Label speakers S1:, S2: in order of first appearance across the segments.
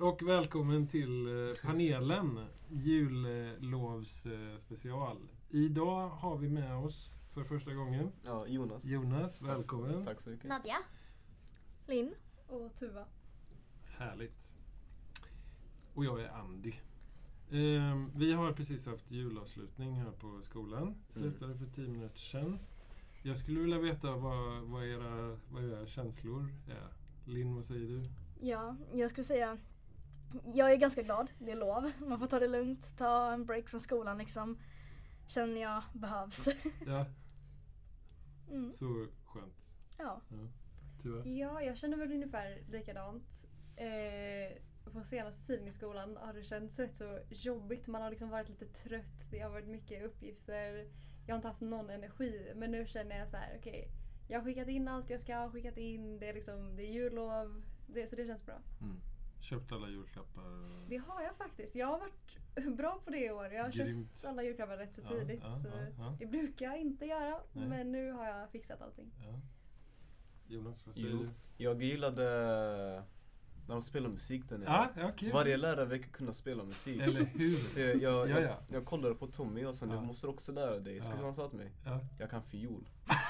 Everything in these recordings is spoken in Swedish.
S1: och välkommen till panelen jullovs special. Idag har vi med oss för första gången Jonas, välkommen.
S2: Tack så mycket.
S3: Nadja,
S4: Linn
S3: och Tuva.
S1: Härligt. Och jag är Andy. Vi har precis haft julavslutning här på skolan. Slutade för 10 minuter sedan. Jag skulle vilja veta vad era känslor är. Linn, vad säger du?
S4: Ja, jag skulle säga jag är ganska glad, det är lov. Man får ta det lugnt, ta en break från skolan liksom. Känner jag behövs.
S1: Ja. Så skönt.
S4: Ja.
S1: Tuva?
S3: Ja, jag känner väl ungefär likadant. På senaste tiden i skolan har det känts rätt så jobbigt. Man har liksom varit lite trött. Det har varit mycket uppgifter. Jag har inte haft någon energi. Men nu känner jag så här: okej, jag har skickat in allt jag ska ha skickat in. Det är jullov. Så det känns bra.
S1: Köpt alla julklappar?
S3: Det har jag faktiskt. Jag har varit bra på det i år. Jag har köpt alla julklappar rätt så tidigt. Det brukar jag inte göra.
S1: Nej.
S3: Men nu har jag fixat allting.
S1: Ja. Jonas, vad säger du?
S2: Jag gillade när de spelar musik där nere.
S1: Ja, kul.
S2: Varje lärarvecka kunde spela musik.
S1: Eller hur?
S2: Så jag kollade på Tommy och sa du måste också lära dig. Ska han sa till mig?
S1: Ja.
S2: Jag kan fiol.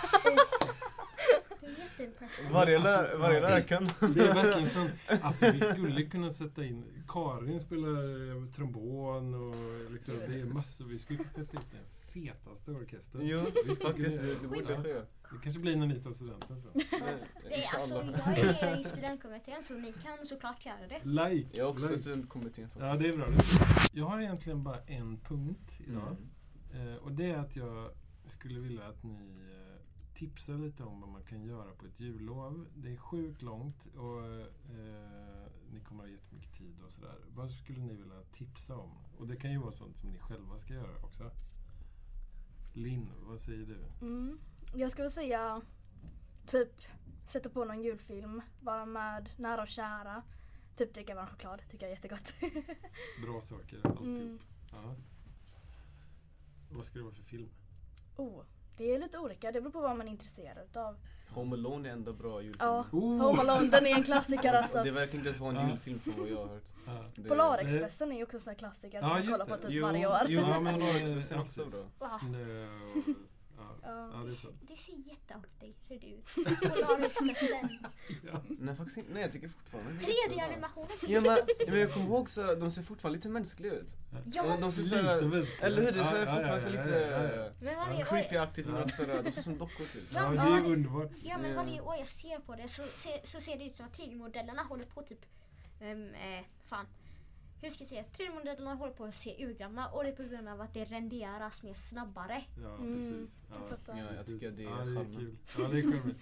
S3: Det är jätteimpressive.
S2: Varje lärare kan.
S1: Det är verkligen sånt. Alltså vi skulle kunna sätta in Karin spelar trombon och liksom, det är massor. Vi skulle kunna sätta in den fetaste orkestern.
S2: Jo, faktiskt det borde ske.
S1: Det kanske blir när ni tar studenten sen.
S5: Jag är i studentkommittén så ni kan såklart göra det.
S1: Like.
S2: Jag är också studentkommittén.
S1: Ja, det är bra. Jag har egentligen bara en punkt idag. Och det är att jag skulle vilja att ni tipsar lite om vad man kan göra på ett jullov. Det är sjukt långt och ni kommer ha jättemycket tid och sådär. Vad skulle ni vilja tipsa om? Och det kan ju vara sånt som ni själva ska göra också. Linn, vad säger du?
S4: Jag skulle säga typ sätta på någon julfilm, vara med nära och kära, typ dricka varm choklad, tycker jag är jättegott.
S1: Bra saker, alltihop. Ja. Vad ska det vara för film?
S4: Det är lite olika, det beror på vad man är intresserad av.
S2: Home Alone är ändå bra julfilm.
S4: Ja, Home Alone, den är en klassiker alltså.
S2: Det verkar inte ens vara en julfilm för vad jag har hört.
S4: Polarexpressen är ju också en sån här klassiker som man kollar på typ varje år.
S2: Jo, men Polarexpressen är också bra.
S1: Snö och... det är sant.
S5: Det ser jätteoutdated ut. Polarexpressen.
S2: Nej, faktiskt inte. Nej, jag tycker fortfarande
S5: 3D-animationen.
S2: Men jag kommer ihåg så de ser fortfarande lite mänskliga ut.
S5: Ja,
S2: de ser så här, eller hur? Det ser fortfarande lite creepy-aktigt, men också de ser som dockor typ.
S1: Ja, det är underbart.
S5: Ja, men varje år jag ser på det så ser det ut som att 3D-modellerna håller på typ hur ska jag säga? 3D-modellerna håller på att se urgamla och det är på grund av att det renderas mer snabbare.
S1: Ja, precis.
S2: Jag tycker det är
S1: kul. Ja, det är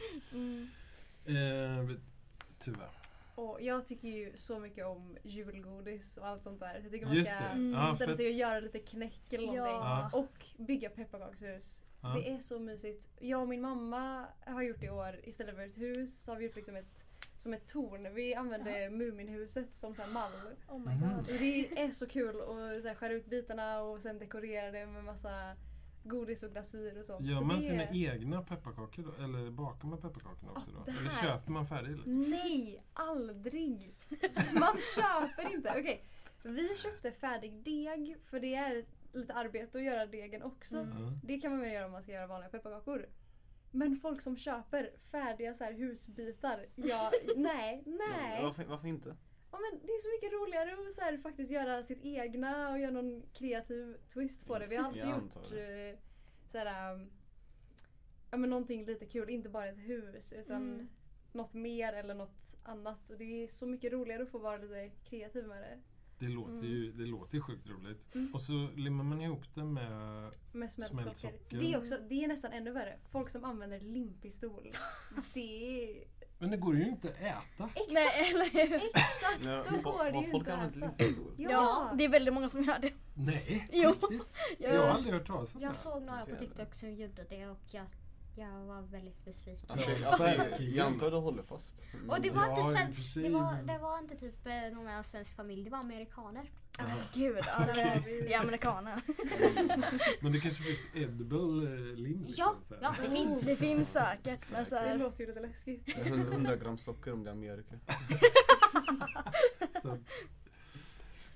S1: charmigt. Tyvärr.
S3: Och jag tycker ju så mycket om julgodis och allt sånt där. Jag tycker man ska ställa sig och göra lite knäck eller någonting. Och bygga pepparkakshus. Det är så mysigt. Jag och min mamma har gjort det i år. Istället för ett hus har vi gjort liksom som ett torn. Vi använde Muminhuset som så här mall.
S4: Oh my god.
S3: Det är så kul att så här skära ut bitarna och sen dekorera det med massa godis och glasyr och sånt.
S1: Gör
S3: så
S1: man sina egna pepparkakor då? Eller bakar man pepparkakorna också då? Eller köper man färdig liksom?
S3: Nej, aldrig! Man köper inte. Okej, vi köpte färdig deg för det är lite arbete att göra degen också. Det kan man väl göra om man ska göra vanliga pepparkakor. Men folk som köper färdiga så här husbitar, nej.
S2: Varför inte?
S3: Ja, men det är så mycket roligare att så här, faktiskt göra sitt egna och göra någon kreativ twist på det. Vi har alltid gjort så här, någonting lite kul, inte bara ett hus utan något mer eller något annat. Och det är så mycket roligare att få vara lite kreativ med det.
S1: Det låter ju sjukt roligt. Och så limmar man ihop det med smält socker.
S3: Det är nästan ännu värre. Folk som använder limpistol.
S1: Men det går ju inte att äta.
S3: Exakt, då går det ju
S2: folk
S3: inte att
S2: använder
S3: äta.
S2: limpistol.
S4: Ja, det är väldigt många som gör det.
S1: Nej,
S4: Jo.
S1: Jag har aldrig hört talas om det.
S5: Jag såg några på TikTok som gjorde det och jag var väldigt besviken.
S2: Jag antar att det håller fast.
S5: Och det var inte svenskt. Det var inte typ någon svensk familj. Det var amerikaner.
S4: Gud, det är amerikaner.
S1: Men det kanske finns edible lim.
S5: Ja, det finns.
S4: Det finns säkert. Men så
S3: det låter ju lite läskigt.
S2: 100 gram socker om det är Amerika.
S1: Så,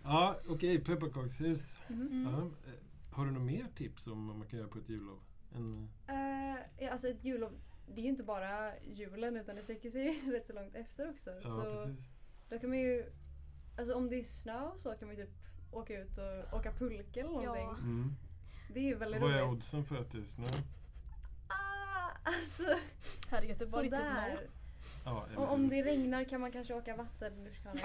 S1: Ja, okej. Pepparkakshus. Ja. Har du några mer tips om vad man kan göra på ett jullov?
S3: Alltså ett jullov, det är ju inte bara julen utan det sträcker sig rätt så långt efter också.
S1: Ja,
S3: så
S1: precis.
S3: Då kan man ju, alltså om det är snö så kan man ju typ åka ut och åka pulka eller någonting.
S4: Ja.
S3: Det är ju väldigt
S1: roligt.
S3: roligt.
S1: Vad är oddsen för att det är snö?
S3: Alltså,
S4: här i Göteborg typ
S3: sådär.
S1: Ja,
S3: och om det regnar kan man kanske åka vattenrutschkana.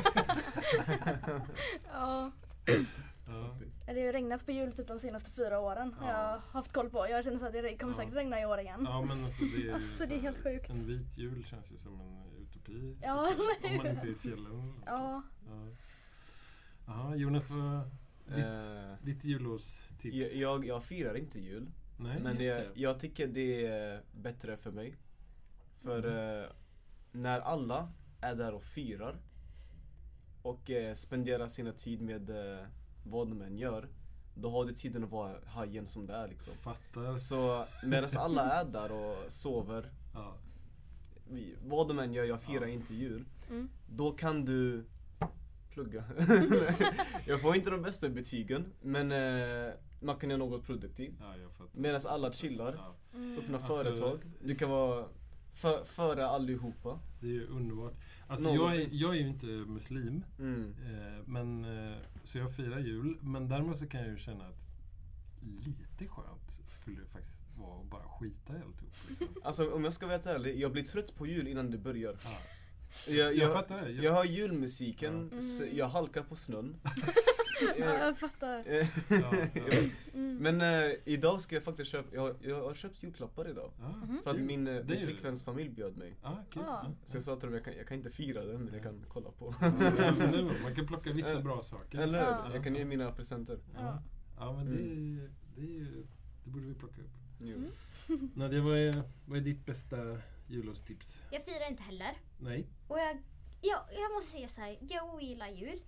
S4: Ja. Det har ju regnat på jul typ de senaste 4 åren. Jag har haft koll på. Jag känner så att det kommer säkert regna i år igen.
S1: Ja, men alltså det är ju
S4: alltså, det är helt sjukt.
S1: En vit jul känns ju som en utopi.
S4: Ja,
S1: om man inte är i fjällen.
S4: Ja.
S1: Jaha, Jonas, vad ditt jullovstips?
S2: Jag firar inte jul.
S1: Nej,
S2: men jag tycker det är bättre för mig. För när alla är där och firar och spenderar sina tid med vad de än gör, då har du tiden att vara hajen som det är liksom.
S1: Fattar.
S2: Så medan alla är där och sover, vad de än gör, jag firar inte jul, då kan du plugga. Jag får inte de bästa betygen, men man kan göra något produktivt. Medan alla chillar, öppna företag. Du kan vara före allihopa.
S1: Det är ju underbart. Alltså jag är ju inte muslim, men så jag firar jul. Men däremot så kan jag ju känna att lite skönt skulle det faktiskt vara att bara skita i alltihop. Liksom.
S2: Alltså om jag ska vara ärlig, jag blir trött på jul innan det börjar.
S1: Jag fattar det.
S2: Jag hör julmusiken, jag halkar på snön.
S4: Jag fattar.
S2: Men idag ska jag faktiskt köpa, jag har köpt julklappar idag. För att min flickväns familj bjöd mig. Så jag sa till dem, jag kan inte fira det, men jag kan kolla på.
S1: Man kan plocka vissa bra saker.
S2: Eller jag kan ge mina presenter.
S1: Ja, men det borde vi plocka upp. Nadia, vad är ditt bästa jullovstips?
S5: Jag firar inte heller.
S1: Nej.
S5: Och jag måste säga så här, jag gillar jul.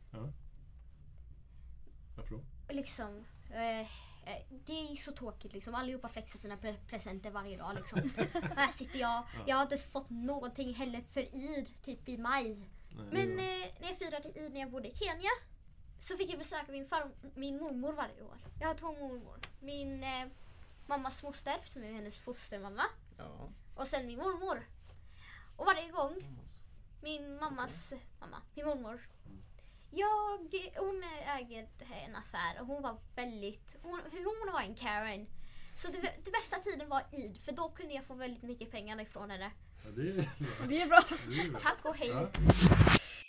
S1: Varför då?
S5: Liksom, det är så tråkigt liksom. Allihopa flexar sina presenter varje dag liksom. Här sitter jag har inte fått någonting heller för Eid, typ i maj. Men när jag firade Eid när jag bodde i Kenya, så fick jag besöka min mormor varje år. Jag har 2 mormor. Min mammas moster, som är hennes fostermamma. Och sen min mormor. Och varje gång min mammas mamma, min mormor, hon ägde en affär och hon var hon var en Karen. Så det bästa tiden var Eid, för då kunde jag få väldigt mycket pengar ifrån henne.
S1: Ja, det är bra.
S4: Det är bra.
S5: Tack och hej.